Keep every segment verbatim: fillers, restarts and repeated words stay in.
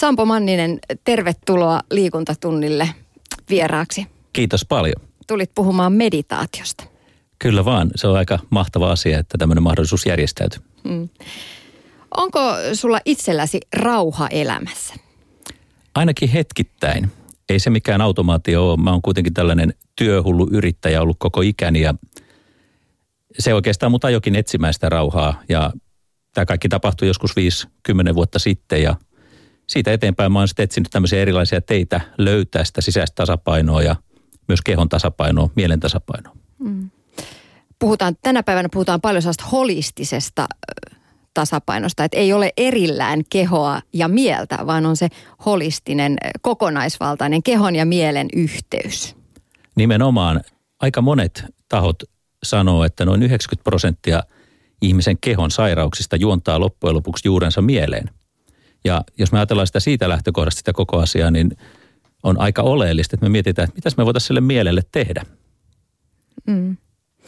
Sampo Manninen, tervetuloa liikuntatunnille vieraaksi. Kiitos paljon. Tulit puhumaan meditaatiosta. Kyllä vaan. Se on aika mahtava asia, että tämmöinen mahdollisuus järjestäytyy. Hmm. Onko sulla itselläsi rauha elämässä? Ainakin hetkittäin. Ei se mikään automaatio ole. Mä oon kuitenkin tällainen työhullu yrittäjä ollut koko ikäni ja se oikeastaan mut ajokin etsimään sitä rauhaa. Ja tämä kaikki tapahtui joskus viisi, kymmenen vuotta sitten ja siitä eteenpäin mä oon sitten etsinyt tämmöisiä erilaisia teitä löytää sitä sisäistä tasapainoa ja myös kehon tasapainoa, mielen tasapainoa. Hmm. Puhutaan, tänä päivänä puhutaan paljon sellaista holistisesta tasapainosta, että ei ole erillään kehoa ja mieltä, vaan on se holistinen, kokonaisvaltainen kehon ja mielen yhteys. Nimenomaan aika monet tahot sanoo, että noin yhdeksänkymmentä prosenttia ihmisen kehon sairauksista juontaa loppujen lopuksi juurensa mieleen. Ja jos me ajatellaan sitä siitä lähtökohdasta sitä koko asiaa, niin on aika oleellista, että me mietitään, että mitäs me voitaisiin sille mielelle tehdä. Mm.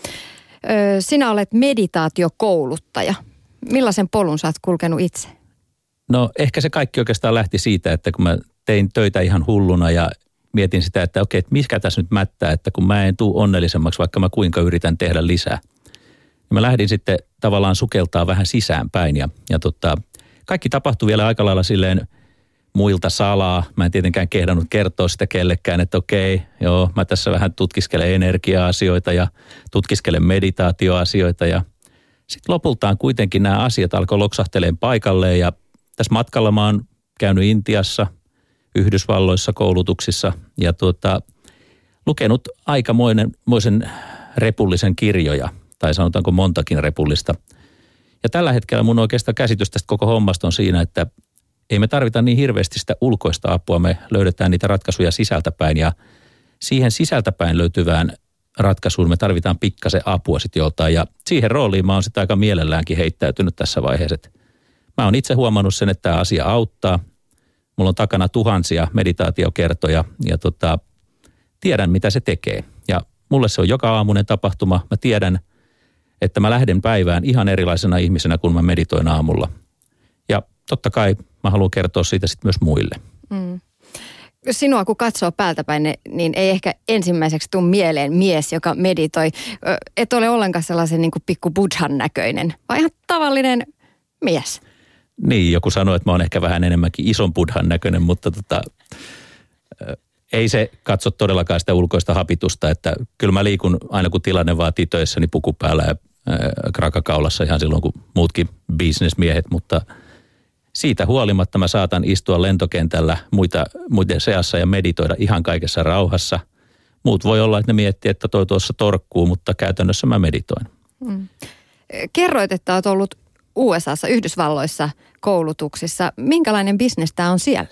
Ö, sinä olet meditaatiokouluttaja. Millaisen polun sä oot kulkenut itse? No ehkä se kaikki oikeastaan lähti siitä, että kun mä tein töitä ihan hulluna ja mietin sitä, että okei, että mikä tässä nyt mättää, että kun mä en tule onnellisemmaksi, vaikka mä kuinka yritän tehdä lisää. Ja mä lähdin sitten tavallaan sukeltaa vähän sisäänpäin ja, ja tota, kaikki tapahtui vielä aika lailla silleen muilta salaa. Mä en tietenkään kehdannut kertoa sitä kellekään, että okei, joo, mä tässä vähän tutkiskelen energia-asioita ja tutkiskelen meditaatioasioita ja sitten lopultaan kuitenkin nämä asiat alkoi loksahteleen paikalleen ja tässä matkalla mä oon käynyt Intiassa, Yhdysvalloissa koulutuksissa ja tuota, lukenut aikamoisen repullisen kirjoja tai sanotaanko montakin repullista. Ja tällä hetkellä mun oikeastaan käsitys tästä koko hommasta on siinä, että ei me tarvita niin hirveästi sitä ulkoista apua, me löydetään niitä ratkaisuja sisältäpäin ja siihen sisältäpäin löytyvään ratkaisuun me tarvitaan pikkasen apua sitten joltain ja siihen rooliin mä oon sitten aika mielelläänkin heittäytynyt tässä vaiheessa. Mä oon itse huomannut sen, että tämä asia auttaa. Mulla on takana tuhansia meditaatiokertoja ja tota, tiedän mitä se tekee. Ja mulle se on joka aamunen tapahtuma. Mä tiedän, että mä lähden päivään ihan erilaisena ihmisenä, kun mä meditoin aamulla. Ja totta kai mä haluan kertoa siitä sitten myös muille. Mm. Sinua kun katsoo päältäpäin, niin ei ehkä ensimmäiseksi tule mieleen mies, joka meditoi. Et ole ollenkaan sellaisen niin kuin pikku buddhan näköinen, vaan ihan tavallinen mies. Niin, joku sanoi, että mä oon ehkä vähän enemmänkin ison buddhan näköinen, mutta tota, ei se katso todellakaan sitä ulkoista hapitusta, että kyllä mä liikun aina kun tilanne vaatii töissäni puku päällä ja krakakaulassa ihan silloin kuin muutkin bisnesmiehet, mutta siitä huolimatta mä saatan istua lentokentällä muita, muiden seassa ja meditoida ihan kaikessa rauhassa. Muut voi olla, että ne miettii, että toi tuossa torkkuu, mutta käytännössä mä meditoin. Hmm. Kerroit, että olet ollut U S A:ssa, Yhdysvalloissa koulutuksissa. Minkälainen bisnes tämä on siellä?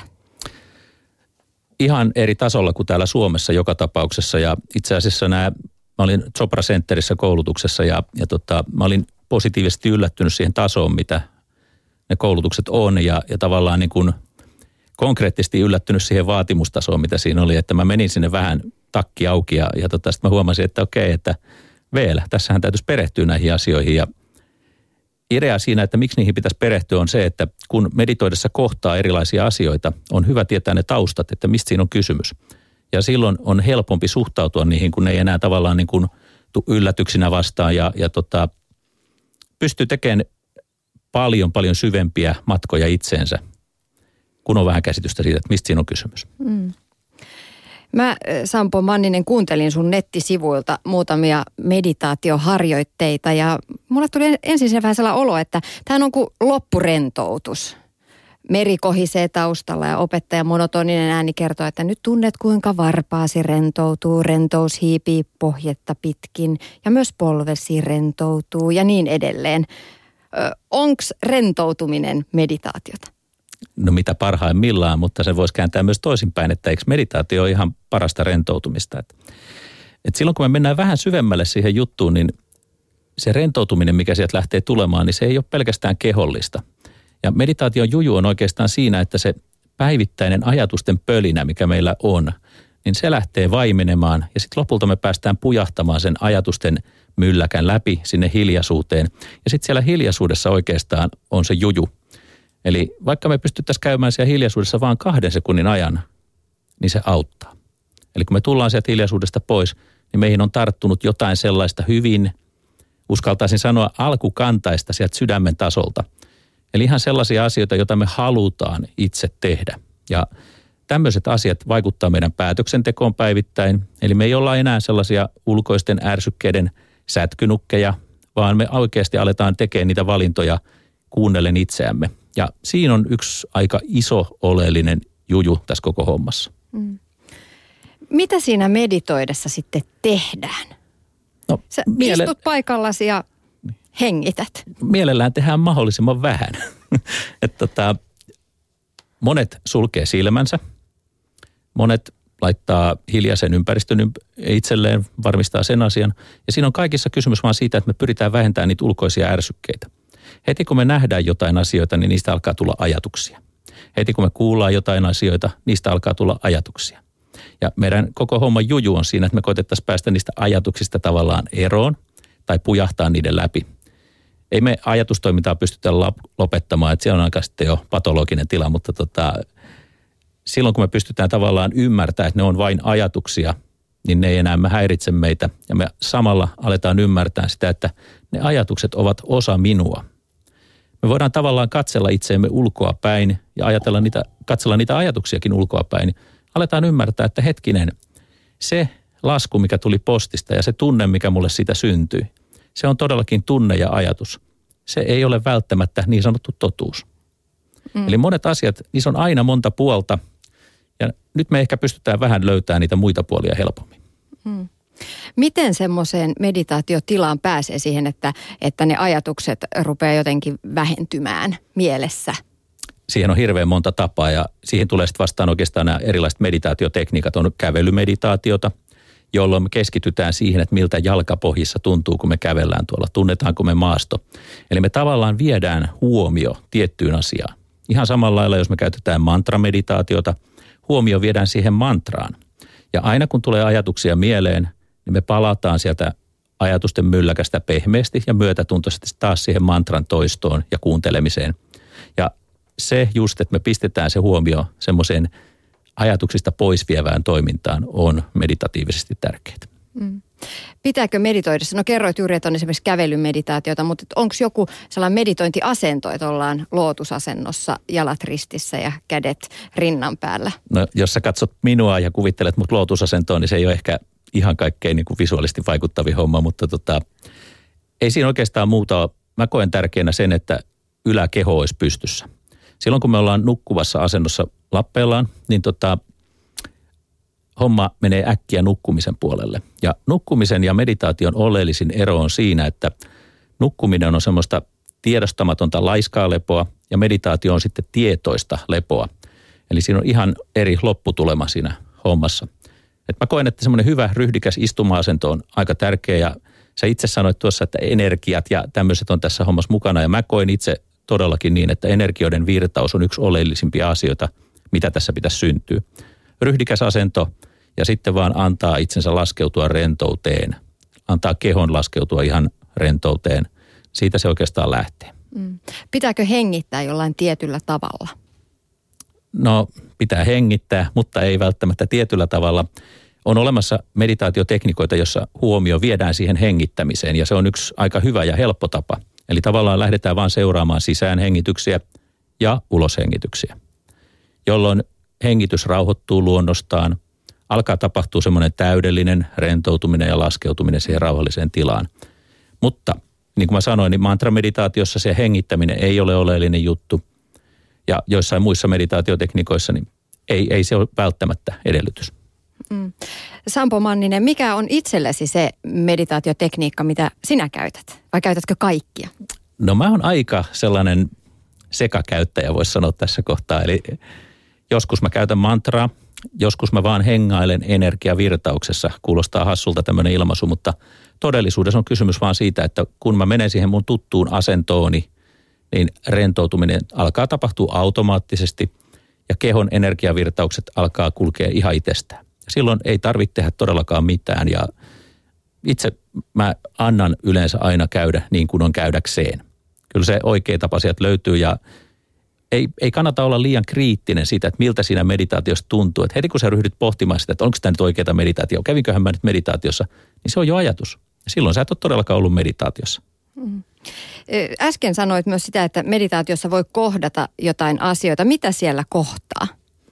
Ihan eri tasolla kuin täällä Suomessa joka tapauksessa ja itse asiassa nämä, mä olin Chopra Centerissä koulutuksessa ja, ja tota, mä olin positiivisesti yllättynyt siihen tasoon, mitä ne koulutukset on ja, ja tavallaan niin kuin konkreettisesti yllättynyt siihen vaatimustasoon, mitä siinä oli, että mä menin sinne vähän takki auki ja, ja tota, sitten mä huomasin, että okei, että vielä, tässähän täytyisi perehtyä näihin asioihin ja idea siinä, että miksi niihin pitäisi perehtyä on se, että kun meditoidessa kohtaa erilaisia asioita, on hyvä tietää ne taustat, että mistä siinä on kysymys. Ja silloin on helpompi suhtautua niihin, kun ne ei enää tavallaan niin kuin yllätyksinä vastaan ja, ja tota, pystyy tekemään paljon, paljon syvempiä matkoja itseensä, kun on vähän käsitystä siitä, että mistä siinä on kysymys. Mm. Mä, Sampo Manninen, kuuntelin sun nettisivuilta muutamia meditaatioharjoitteita ja mulle tuli ensin se vähän sellainen olo, että tämä on kuin loppurentoutus. Meri kohisee taustalla ja opettajan monotoninen ääni kertoo, että nyt tunnet kuinka varpaasi rentoutuu, rentous hiipii pohjetta pitkin ja myös polvesi rentoutuu ja niin edelleen. Onko rentoutuminen meditaatiota? No mitä parhaimmillaan, mutta se voisi kääntää myös toisinpäin, että eikö meditaatio ole ihan parasta rentoutumista. Et, et silloin kun me mennään vähän syvemmälle siihen juttuun, niin se rentoutuminen, mikä sieltä lähtee tulemaan, niin se ei ole pelkästään kehollista. Ja meditaation juju on oikeastaan siinä, että se päivittäinen ajatusten pölinä, mikä meillä on, niin se lähtee vaimenemaan ja sitten lopulta me päästään pujahtamaan sen ajatusten mylläkän läpi sinne hiljaisuuteen. Ja sitten siellä hiljaisuudessa oikeastaan on se juju. Eli vaikka me pystyttäisiin käymään siellä hiljaisuudessa vaan kahden sekunnin ajan, niin se auttaa. Eli kun me tullaan sieltä hiljaisuudesta pois, niin meihin on tarttunut jotain sellaista hyvin, uskaltaisin sanoa, alkukantaista sieltä sydämen tasolta. Eli ihan sellaisia asioita, joita me halutaan itse tehdä. Ja tämmöiset asiat vaikuttaa meidän päätöksentekoon päivittäin. Eli me ei olla enää sellaisia ulkoisten ärsykkeiden sätkynukkeja, vaan me oikeasti aletaan tekemään niitä valintoja kuunnellen itseämme. Ja siinä on yksi aika iso oleellinen juju tässä koko hommassa. Mm. Mitä siinä meditoidessa sitten tehdään? No, Sä miele- istut paikallasi ja hengität. Mielellään tehdään mahdollisimman vähän. että tota, monet sulkee silmänsä, monet laittaa hiljaisen ympäristön itselleen, varmistaa sen asian. Ja siinä on kaikissa kysymys vaan siitä, että me pyritään vähentämään niitä ulkoisia ärsykkeitä. Heti kun me nähdään jotain asioita, niin niistä alkaa tulla ajatuksia. Heti kun me kuullaan jotain asioita, niistä alkaa tulla ajatuksia. Ja meidän koko homman juju on siinä, että me koitettaisiin päästä niistä ajatuksista tavallaan eroon tai pujahtaa niiden läpi. Ei me ajatustoimintaa pystytä lopettamaan, että se on aika sitten jo patologinen tila, mutta tota, silloin kun me pystytään tavallaan ymmärtämään, että ne on vain ajatuksia, niin ne ei enää me häiritse meitä. Ja me samalla aletaan ymmärtää sitä, että ne ajatukset ovat osa minua. Me voidaan tavallaan katsella itseemme ulkoa päin ja ajatella niitä, katsella niitä ajatuksiakin ulkoa päin. Aletaan ymmärtää, että hetkinen, se lasku, mikä tuli postista ja se tunne, mikä mulle siitä syntyi, se on todellakin tunne ja ajatus. Se ei ole välttämättä niin sanottu totuus. Mm. Eli monet asiat, niissä on aina monta puolta ja nyt me ehkä pystytään vähän löytämään niitä muita puolia helpommin. Mm. Miten semmoiseen meditaatiotilaan pääsee siihen, että, että ne ajatukset rupeaa jotenkin vähentymään mielessä? Siihen on hirveän monta tapaa ja siihen tulee sitten vastaan oikeastaan nämä erilaiset meditaatiotekniikat. On kävelymeditaatiota, jolloin me keskitytään siihen, että miltä jalkapohjissa tuntuu, kun me kävellään tuolla. Tunnetaanko me maasto. Eli me tavallaan viedään huomio tiettyyn asiaan. Ihan samalla lailla, jos me käytetään mantrameditaatiota, huomio viedään siihen mantraan. Ja aina kun tulee ajatuksia mieleen, niin me palataan sieltä ajatusten mylläkästä pehmeästi ja myötätuntoisesti taas siihen mantran toistoon ja kuuntelemiseen. Ja se just, että me pistetään se huomio semmoiseen ajatuksista pois vievään toimintaan on meditatiivisesti tärkeää. Mm. Pitääkö meditoidessa? No kerroit juuri, että on esimerkiksi kävelymeditaatiota, mutta onko joku sellainen meditointiasento, että ollaan lootusasennossa, jalat ristissä ja kädet rinnan päällä? No jos sä katsot minua ja kuvittelet mut lootusasentoon, niin se ei ole ehkä ihan kaikkein niin kuin visuaalisesti vaikuttavin homma, mutta tota, ei siinä oikeastaan muuta ole. Mä koen tärkeänä sen, että yläkeho olisi pystyssä. Silloin kun me ollaan nukkuvassa asennossa lappeellaan, niin tota, homma menee äkkiä nukkumisen puolelle. Ja nukkumisen ja meditaation oleellisin ero on siinä, että nukkuminen on semmoista tiedostamatonta laiskaa lepoa ja meditaatio on sitten tietoista lepoa. Eli siinä on ihan eri lopputulema siinä hommassa. Et mä koen, että semmoinen hyvä ryhdikäs istuma-asento on aika tärkeä ja sä itse sanoit tuossa, että energiat ja tämmöiset on tässä hommassa mukana ja mä koen itse todellakin niin, että energioiden virtaus on yksi oleellisimpia asioita, mitä tässä pitäisi syntyä. Ryhdikäs asento ja sitten vaan antaa itsensä laskeutua rentouteen. Antaa kehon laskeutua ihan rentouteen. Siitä se oikeastaan lähtee. Mm. Pitääkö hengittää jollain tietyllä tavalla? No, pitää hengittää, mutta ei välttämättä tietyllä tavalla. On olemassa meditaatiotekniikoita, jossa huomio viedään siihen hengittämiseen ja se on yksi aika hyvä ja helppo tapa. Eli tavallaan lähdetään vaan seuraamaan sisäänhengityksiä ja uloshengityksiä, jolloin hengitys rauhoittuu luonnostaan, alkaa tapahtua semmoinen täydellinen rentoutuminen ja laskeutuminen siihen rauhalliseen tilaan. Mutta niin kuin mä sanoin, niin mantrameditaatiossa se hengittäminen ei ole oleellinen juttu ja joissain muissa meditaatiotekniikoissa niin ei, ei se ole välttämättä edellytys. Mm. Sampo Manninen, mikä on itsellesi se meditaatiotekniikka, mitä sinä käytät? Vai käytätkö kaikkia? No mä oon aika sellainen sekakäyttäjä, voisi sanoa tässä kohtaa. Eli joskus mä käytän mantraa, joskus mä vaan hengailen energiavirtauksessa. Kuulostaa hassulta tämmöinen ilmaisu, mutta todellisuudessa on kysymys vaan siitä, että kun mä menen siihen mun tuttuun asentooni, niin rentoutuminen alkaa tapahtua automaattisesti ja kehon energiavirtaukset alkaa kulkea ihan itsestään. Silloin ei tarvitse tehdä todellakaan mitään ja itse mä annan yleensä aina käydä niin kuin on käydäkseen. Kyllä se oikea tapa sieltä löytyy ja ei, ei kannata olla liian kriittinen siitä, että miltä siinä meditaatiossa tuntuu. Että heti kun sä ryhdyt pohtimaan sitä, että onko tämä nyt oikeaa meditaatio, kävinköhän mä nyt meditaatiossa, niin se on jo ajatus. Ja silloin sä et ole todellakaan ollut meditaatiossa. Mm. Äsken sanoit myös sitä, että meditaatiossa voi kohdata jotain asioita. Mitä siellä kohtaa?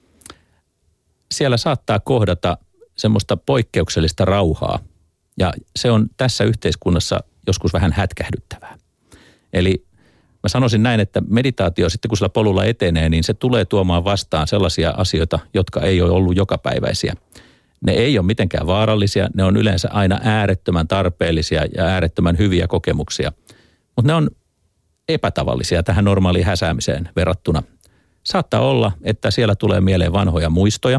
Siellä saattaa kohdata semmoista poikkeuksellista rauhaa. Ja se on tässä yhteiskunnassa joskus vähän hätkähdyttävää. Eli mä sanoisin näin, että meditaatio sitten kun sillä polulla etenee, niin se tulee tuomaan vastaan sellaisia asioita, jotka ei ole ollut jokapäiväisiä. Ne ei ole mitenkään vaarallisia, ne on yleensä aina äärettömän tarpeellisia ja äärettömän hyviä kokemuksia. Mutta ne on epätavallisia tähän normaaliin häsäämiseen verrattuna. Saattaa olla, että siellä tulee mieleen vanhoja muistoja.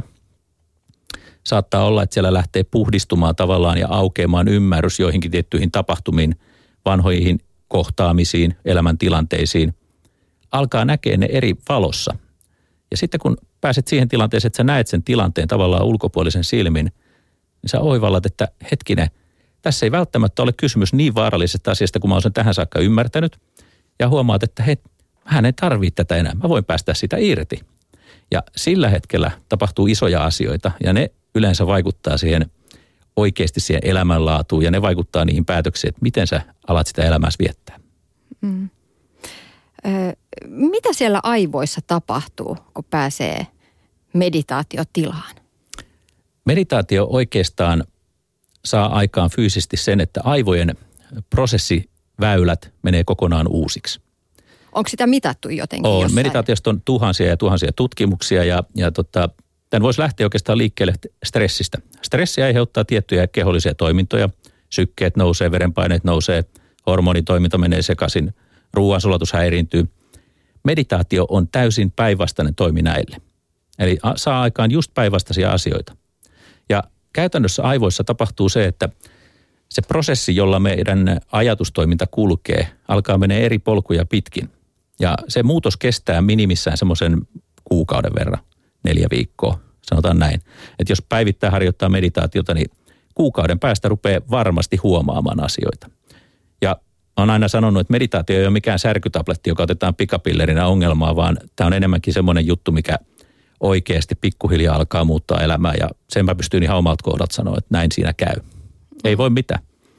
Saattaa olla, että siellä lähtee puhdistumaan tavallaan ja aukeamaan ymmärrys joihinkin tiettyihin tapahtumiin, vanhoihin kohtaamisiin, elämäntilanteisiin. Alkaa näkee ne eri valossa. Ja sitten kun pääset siihen tilanteeseen, että sä näet sen tilanteen tavallaan ulkopuolisen silmin, niin sä oivallat, että hetkinen, tässä ei välttämättä ole kysymys niin vaarallisesta asiasta, kun mä oon sen tähän saakka ymmärtänyt. Ja huomaat, että hei, hän ei tarvitse tätä enää, mä voin päästä sitä irti. Ja sillä hetkellä tapahtuu isoja asioita ja ne yleensä vaikuttaa siihen oikeasti siihen elämänlaatuun ja ne vaikuttaa niihin päätöksiin, että miten sä alat sitä elämässä viettää. Mm. Ö, mitä siellä aivoissa tapahtuu, kun pääsee meditaatiotilaan? Meditaatio oikeastaan saa aikaan fyysisesti sen, että aivojen prosessiväylät menee kokonaan uusiksi. Onko sitä mitattu jotenkin on. jossain? Meditaatiosta on tuhansia ja tuhansia tutkimuksia ja, ja tota, tämän voisi lähteä oikeastaan liikkeelle stressistä. Stressi aiheuttaa tiettyjä kehollisia toimintoja. Sykkeet nousee, verenpaineet nousee, hormonitoiminta menee sekaisin, ruoansulatus häiriintyy. Meditaatio on täysin päinvastainen toimi näille. Eli saa aikaan just päinvastaisia asioita. Ja käytännössä aivoissa tapahtuu se, että se prosessi, jolla meidän ajatustoiminta kulkee, alkaa menee eri polkuja pitkin. Ja se muutos kestää minimissään semmoisen kuukauden verran, neljä viikkoa, sanotaan näin. Että jos päivittäin harjoittaa meditaatiota, niin kuukauden päästä rupeaa varmasti huomaamaan asioita. Ja olen aina sanonut, että meditaatio ei ole mikään särkytabletti, joka otetaan pikapillerinä ongelmaa, vaan tämä on enemmänkin semmoinen juttu, mikä oikeasti pikkuhiljaa alkaa muuttaa elämää. Ja sen mä pystyn ihan omalta kohdalta sanoa, että näin siinä käy. Ei voi mitään.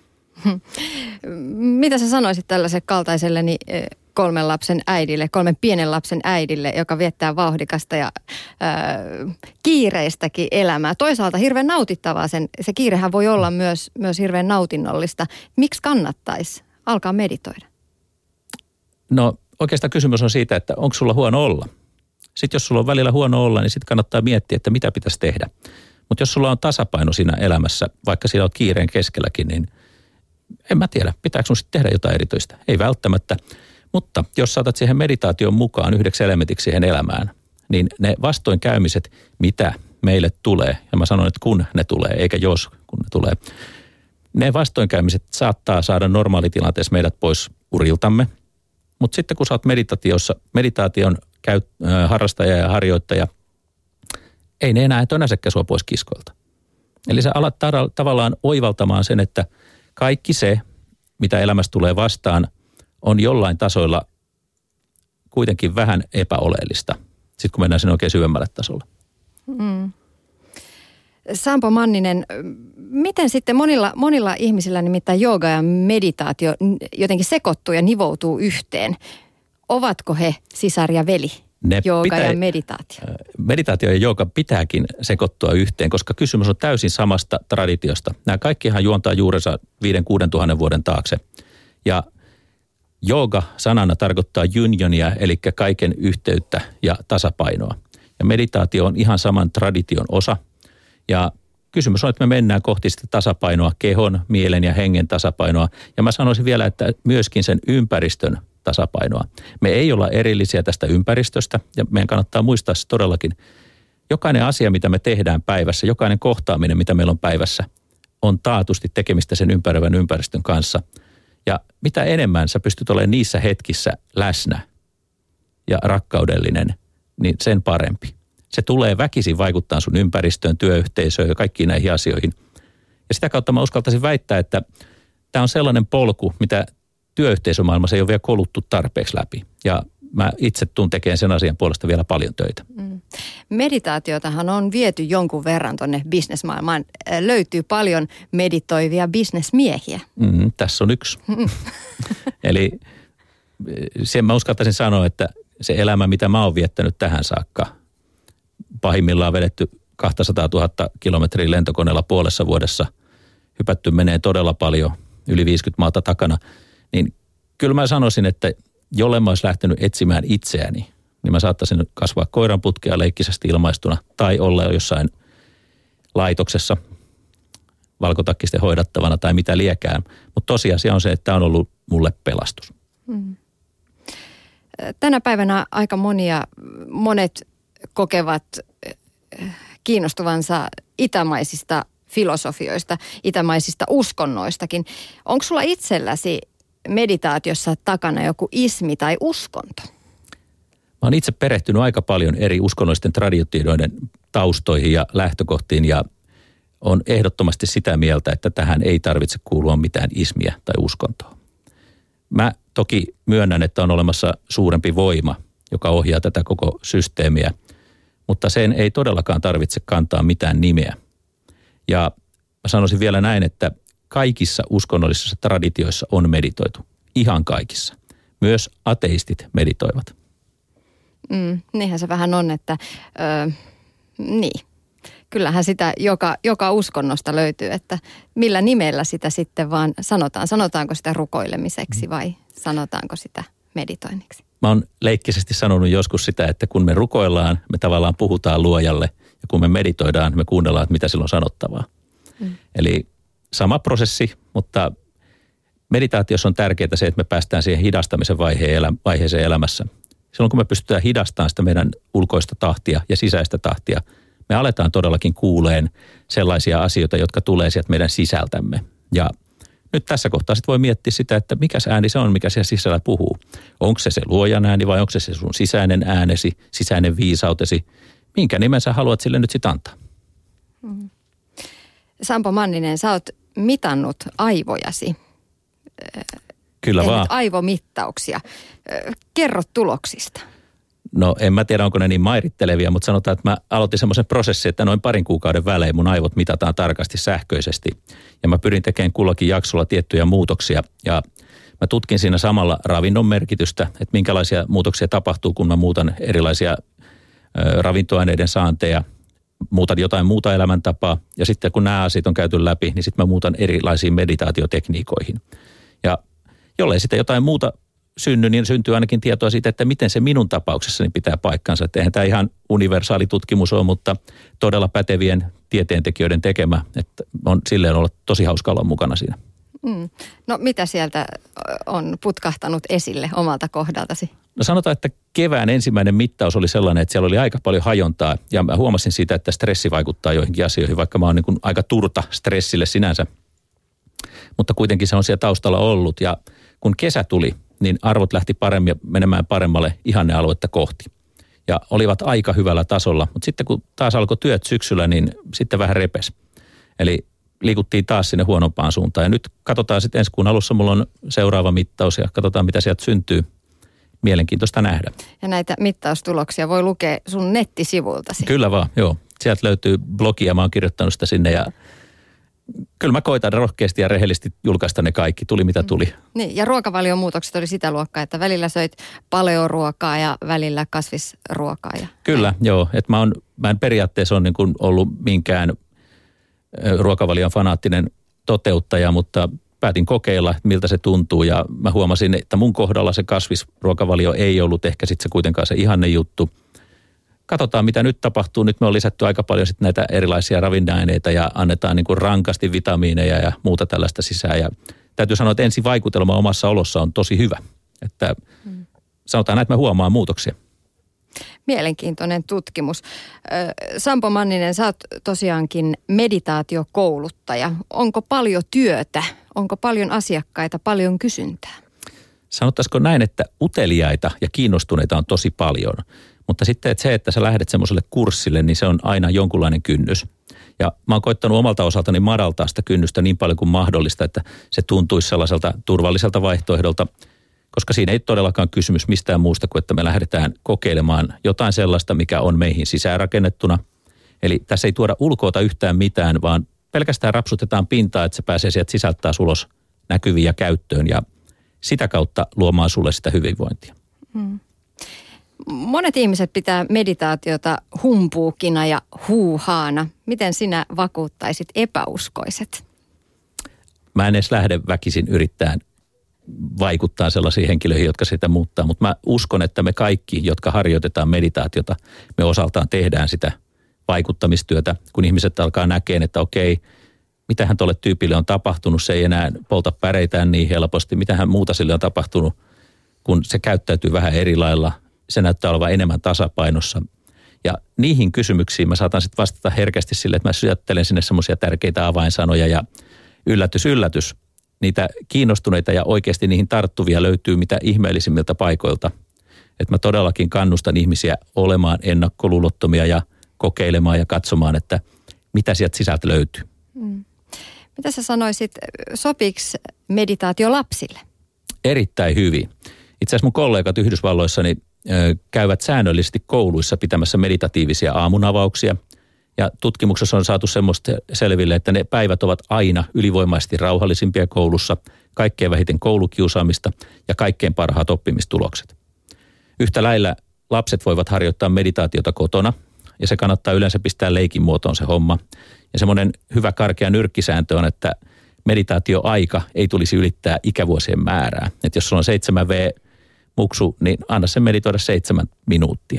Mitä sä sanoisit tällaiselle kaltaiselleni kolmen lapsen äidille, kolmen pienen lapsen äidille, joka viettää vauhdikasta ja ää, kiireistäkin elämää? Toisaalta hirveän nautittavaa sen, se kiirehän voi olla myös, myös hirveän nautinnollista. Miksi kannattaisi alkaa meditoida? No oikeastaan kysymys on siitä, että onko sulla huono olla? Sitten jos sulla on välillä huono olla, niin sitten kannattaa miettiä, että mitä pitäisi tehdä. Mutta jos sulla on tasapaino siinä elämässä, vaikka siinä olet kiireen keskelläkin, niin en mä tiedä, pitääkö sun sitten tehdä jotain erityistä? Ei välttämättä, mutta jos saatat siihen meditaation mukaan yhdeksi elementiksi siihen elämään, niin ne vastoinkäymiset, mitä meille tulee, ja mä sanon, että kun ne tulee, eikä jos kun ne tulee, ne vastoinkäymiset saattaa saada normaalitilanteessa meidät pois uriltamme, mutta sitten kun sä oot meditaatiossa, meditaation käy, äh, harrastaja ja harjoittaja, ei ne enää tönäsekään sua pois kiskoilta. Eli sä alat ta- tavallaan oivaltamaan sen, että kaikki se, mitä elämässä tulee vastaan, on jollain tasoilla kuitenkin vähän epäoleellista, sitten kun mennään sen oikein syvemmälle tasolle. Mm. Sampo Manninen, miten sitten monilla, monilla ihmisillä nimittäin jooga ja meditaatio jotenkin sekoittuu ja nivoutuu yhteen? Ovatko he sisar ja veli? Ne jooga pitää, ja meditaatio. Meditaatio ja jooga pitääkin sekoittua yhteen, koska kysymys on täysin samasta traditiosta. Nämä kaikkihan juontaa juurensa viiden kuuden tuhannen vuoden taakse. Ja jooga sanana tarkoittaa junionia, eli kaiken yhteyttä ja tasapainoa. Ja meditaatio on ihan saman tradition osa. Ja kysymys on, että me mennään kohti sitä tasapainoa, kehon, mielen ja hengen tasapainoa. Ja mä sanoisin vielä, että myöskin sen ympäristön tasapainoa. Me ei olla erillisiä tästä ympäristöstä ja meidän kannattaa muistaa se todellakin. Jokainen asia, mitä me tehdään päivässä, jokainen kohtaaminen, mitä meillä on päivässä, on taatusti tekemistä sen ympäröivän ympäristön kanssa. Ja mitä enemmän sä pystyt olemaan niissä hetkissä läsnä ja rakkaudellinen, niin sen parempi. Se tulee väkisin vaikuttaa sun ympäristöön, työyhteisöön ja kaikkiin näihin asioihin. Ja sitä kautta mä uskaltaisin väittää, että tämä on sellainen polku, mitä työyhteisömaailmassa ei ole vielä koluttu tarpeeksi läpi. Ja mä itse tuun tekemään sen asian puolesta vielä paljon töitä. Mm. Meditaatiotahan on viety jonkun verran tuonne bisnesmaailmaan. Löytyy paljon meditoivia bisnesmiehiä. Mm, tässä on yksi. Mm. Eli sen mä uskaltaisin sanoa, että se elämä, mitä mä oon viettänyt tähän saakka, pahimmillaan vedetty kaksisataatuhatta kilometriä lentokoneella puolessa vuodessa, hypätty menee todella paljon, yli viisikymmentä maata takana, niin kyllä mä sanoisin, että jolle mä olisi lähtenyt etsimään itseäni, niin mä saattaisin kasvaa koiranputkea leikkisesti ilmaistuna tai olla jossain laitoksessa valkotakkisten hoidattavana tai mitä liekään. Mutta tosiasia on se, että tämä on ollut mulle pelastus. Hmm. Tänä päivänä aika monia, monet kokevat kiinnostuvansa itämaisista filosofioista, itämaisista uskonnoistakin. Onko sulla itselläsi meditaatiossa takana joku ismi tai uskonto? Mä oon itse perehtynyt aika paljon eri uskonnollisten traditioiden taustoihin ja lähtökohtiin ja on ehdottomasti sitä mieltä, että tähän ei tarvitse kuulua mitään ismiä tai uskontoa. Mä toki myönnän, että on olemassa suurempi voima, joka ohjaa tätä koko systeemiä, mutta sen ei todellakaan tarvitse kantaa mitään nimeä. Ja mä sanoisin vielä näin, että kaikissa uskonnollisissa traditioissa on meditoitu. Ihan kaikissa. Myös ateistit meditoivat. Mm, niinhän se vähän on, että öö, niin. Kyllähän sitä joka, joka uskonnosta löytyy, että millä nimellä sitä sitten vaan sanotaan. Sanotaanko sitä rukoilemiseksi vai sanotaanko sitä meditoinniksi? Mä oon leikkisesti sanonut joskus sitä, että kun me rukoillaan, me tavallaan puhutaan luojalle ja kun me meditoidaan, me kuunnellaan, että mitä sillä on sanottavaa. Mm. Eli sama prosessi, mutta meditaatiossa on tärkeää se, että me päästään siihen hidastamisen vaiheeseen elämässä. Silloin kun me pystytään hidastamaan sitä meidän ulkoista tahtia ja sisäistä tahtia, me aletaan todellakin kuuleen sellaisia asioita, jotka tulee sieltä meidän sisältämme. Ja nyt tässä kohtaa sitten voi miettiä sitä, että mikä ääni se on, mikä siellä sisällä puhuu. Onko se se luojan ääni vai onko se se sun sisäinen äänesi, sisäinen viisautesi? Minkä nimen sä haluat sille nyt sitten antaa? Mm. Sampo Manninen, sä oot mitannut aivojasi. Kyllä Tehnyt vaan. Aivomittauksia. Kerro tuloksista. No en mä tiedä, onko ne niin mairittelevia, mutta sanotaan, että mä aloitin semmoisen prosessin, että noin parin kuukauden välein mun aivot mitataan tarkasti sähköisesti. Ja mä pyrin tekemään kullakin jaksolla tiettyjä muutoksia. Ja mä tutkin siinä samalla ravinnon merkitystä, että minkälaisia muutoksia tapahtuu, kun mä muutan erilaisia ö, ravintoaineiden saanteja, muutan jotain muuta elämäntapaa. Ja sitten kun nämä asiat on käyty läpi, niin sitten mä muutan erilaisiin meditaatiotekniikoihin. Ja jollei sitten jotain muuta synny, niin syntyy ainakin tietoa siitä, että miten se minun tapauksessani pitää paikkansa. Että eihän tämä ihan universaali tutkimus ole, mutta todella pätevien tieteentekijöiden tekemä. Että on silleen ollut tosi hauska olla mukana siinä. Mm. No mitä sieltä on putkahtanut esille omalta kohdaltasi? No sanotaan, että kevään ensimmäinen mittaus oli sellainen, että siellä oli aika paljon hajontaa. Ja mä huomasin siitä, että stressi vaikuttaa joihinkin asioihin, vaikka mä oon niin kuin aika turta stressille sinänsä. Mutta kuitenkin se on siellä taustalla ollut. Ja kun kesä tuli, niin arvot lähti paremmin menemään paremmalle ihannealuetta kohti. Ja olivat aika hyvällä tasolla, mutta sitten kun taas alkoi työt syksyllä, niin sitten vähän repes. Eli liikuttiin taas sinne huonompaan suuntaan. Ja nyt katsotaan sitten ensi kuun alussa, mulla on seuraava mittaus ja katsotaan mitä sieltä syntyy. Mielenkiintoista nähdä. Ja näitä mittaustuloksia voi lukea sun nettisivuiltasi. Kyllä vaan, joo. Sieltä löytyy blogia, mä oon kirjoittanut sitä sinne ja kyllä mä koitan rohkeasti ja rehellisesti julkaista ne kaikki, tuli mitä tuli. Mm. Niin, ja ruokavalion muutokset oli sitä luokkaa, että välillä söit paleoruokaa ja välillä kasvisruokaa. Ja kyllä, näin. Joo. Että mä, mä en periaatteessa ole niin kuin ollut minkään ruokavalion fanaattinen toteuttaja, mutta päätin kokeilla, miltä se tuntuu. Ja mä huomasin, että mun kohdalla se kasvisruokavalio ei ollut ehkä sitten se kuitenkaan se ihanne juttu. Katsotaan, mitä nyt tapahtuu. Nyt me on lisätty aika paljon sit näitä erilaisia ravinneaineita ja annetaan niin kuin rankasti vitamiineja ja muuta tällaista sisään. Ja täytyy sanoa, että ensi vaikutelma omassa olossa on tosi hyvä. Että hmm. sanotaan näin, että mä huomaan muutoksia. Mielenkiintoinen tutkimus. Sampo Manninen, sä oot tosiaankin meditaatiokouluttaja. Onko paljon työtä? Onko paljon asiakkaita, paljon kysyntää? Sanottaisiko näin, että uteliaita ja kiinnostuneita on tosi paljon. Mutta sitten että se, että sä lähdet semmoiselle kurssille, niin se on aina jonkunlainen kynnys. Ja mä oon koittanut omalta osaltani madaltaa sitä kynnystä niin paljon kuin mahdollista, että se tuntuisi sellaiselta turvalliselta vaihtoehdolta. Koska siinä ei todellakaan kysymys mistään muusta kuin, että me lähdetään kokeilemaan jotain sellaista, mikä on meihin sisäänrakennettuna. Eli tässä ei tuoda ulkoota yhtään mitään, vaan pelkästään rapsutetaan pintaa, että se pääsee sieltä sisältä taas ulos näkyviin ja käyttöön ja sitä kautta luomaan sulle sitä hyvinvointia. Hmm. Monet ihmiset pitää meditaatiota humpuukina ja huuhaana. Miten sinä vakuuttaisit epäuskoiset? Mä en edes lähde väkisin yrittämään vaikuttaa sellaisiin henkilöihin, jotka sitä muuttaa, mutta mä uskon, että me kaikki, jotka harjoitetaan meditaatiota, me osaltaan tehdään sitä vaikuttamistyötä, kun ihmiset alkaa näkemään, että okei, mitähän tuolle tyypille on tapahtunut, se ei enää polta päreitään niin helposti, mitähän muuta sille on tapahtunut, kun se käyttäytyy vähän eri lailla, se näyttää olevan enemmän tasapainossa. Ja niihin kysymyksiin mä saatan sitten vastata herkästi sille, että mä syöttelen sinne semmoisia tärkeitä avainsanoja ja yllätys, yllätys. Niitä kiinnostuneita ja oikeasti niihin tarttuvia löytyy mitä ihmeellisimmiltä paikoilta. Että mä todellakin kannustan ihmisiä olemaan ennakkoluulottomia ja kokeilemaan ja katsomaan, että mitä sieltä sisältä löytyy. Mm. Mitä sä sanoisit, sopiiko meditaatio lapsille? Erittäin hyvin. Itse asiassa mun kollegat Yhdysvalloissa niin, ö, käyvät säännöllisesti kouluissa pitämässä meditatiivisia aamunavauksia. Ja tutkimuksessa on saatu semmoista selville, että ne päivät ovat aina ylivoimaisesti rauhallisimpia koulussa, kaikkein vähiten koulukiusaamista ja kaikkein parhaat oppimistulokset. Yhtä lailla lapset voivat harjoittaa meditaatiota kotona ja se kannattaa yleensä pistää leikin muotoon se homma. Ja semmoinen hyvä karkea nyrkkisääntö on, että meditaatioaika ei tulisi ylittää ikävuosien määrää. Että jos sulla on seitsemän vuotta-muksu, niin anna sen meditoida seitsemän minuuttia.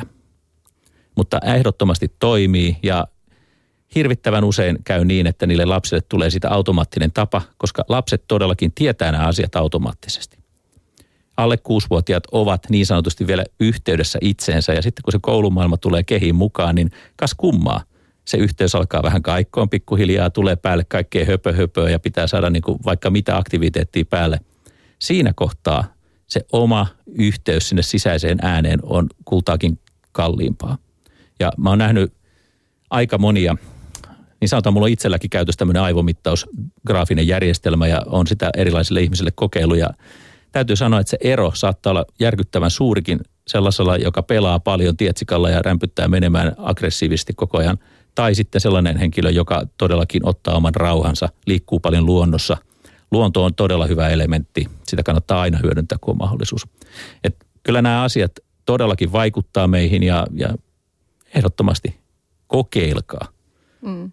Mutta ehdottomasti toimii ja hirvittävän usein käy niin, että niille lapsille tulee siitä automaattinen tapa, koska lapset todellakin tietää nämä asiat automaattisesti. Alle kuusivuotiaat ovat niin sanotusti vielä yhteydessä itseensä ja sitten kun se koulumaailma tulee kehiin mukaan, niin kas kummaa. Se yhteys alkaa vähän kaikkoon pikkuhiljaa, tulee päälle kaikkea höpö, höpöä ja pitää saada niin kuin vaikka mitä aktiviteettia päälle. Siinä kohtaa se oma yhteys sinne sisäiseen ääneen on kultaakin kalliimpaa. Ja mä oon nähnyt aika monia, niin sanotaan, mulla on itselläkin käytössä tämmöinen aivomittausgraafinen järjestelmä ja on sitä erilaisille ihmisille kokeilu. Ja täytyy sanoa, että se ero saattaa olla järkyttävän suurikin sellaisella, joka pelaa paljon tietsikalla ja rämpyttää menemään aggressiivisesti koko ajan. Tai sitten sellainen henkilö, joka todellakin ottaa oman rauhansa, liikkuu paljon luonnossa. Luonto on todella hyvä elementti, sitä kannattaa aina hyödyntää, kun on mahdollisuus. Et kyllä nämä asiat todellakin vaikuttaa meihin ja, ja ehdottomasti kokeilkaa. Mm.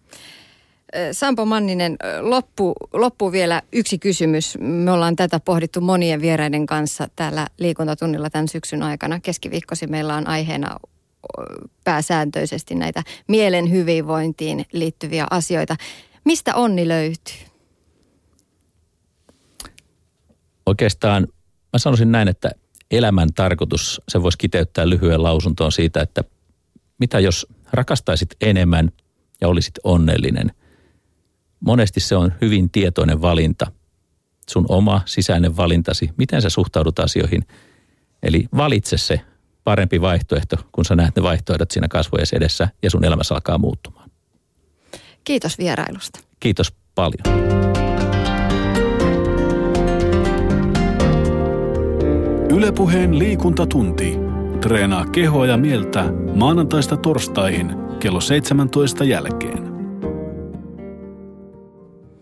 Sampo Manninen, loppu, loppu vielä yksi kysymys. Me ollaan tätä pohdittu monien vieraiden kanssa täällä liikuntatunnilla tämän syksyn aikana. Keskiviikkosi meillä on aiheena pääsääntöisesti näitä mielen hyvinvointiin liittyviä asioita. Mistä onni löytyy? Oikeastaan mä sanoisin näin, että elämän tarkoitus, se voisi kiteyttää lyhyen lausuntoon siitä, että mitä jos rakastaisit enemmän ja olisit onnellinen. Monesti se on hyvin tietoinen valinta, sun oma sisäinen valintasi, miten sä suhtaudut asioihin. Eli valitse se parempi vaihtoehto, kun sä näet ne vaihtoehdot siinä kasvojen edessä ja sun elämässä alkaa muuttumaan. Kiitos vierailusta. Kiitos paljon. Yle Puheen liikuntatunti. Treenaa kehoa ja mieltä maanantaista torstaihin kello seitsemäntoista jälkeen.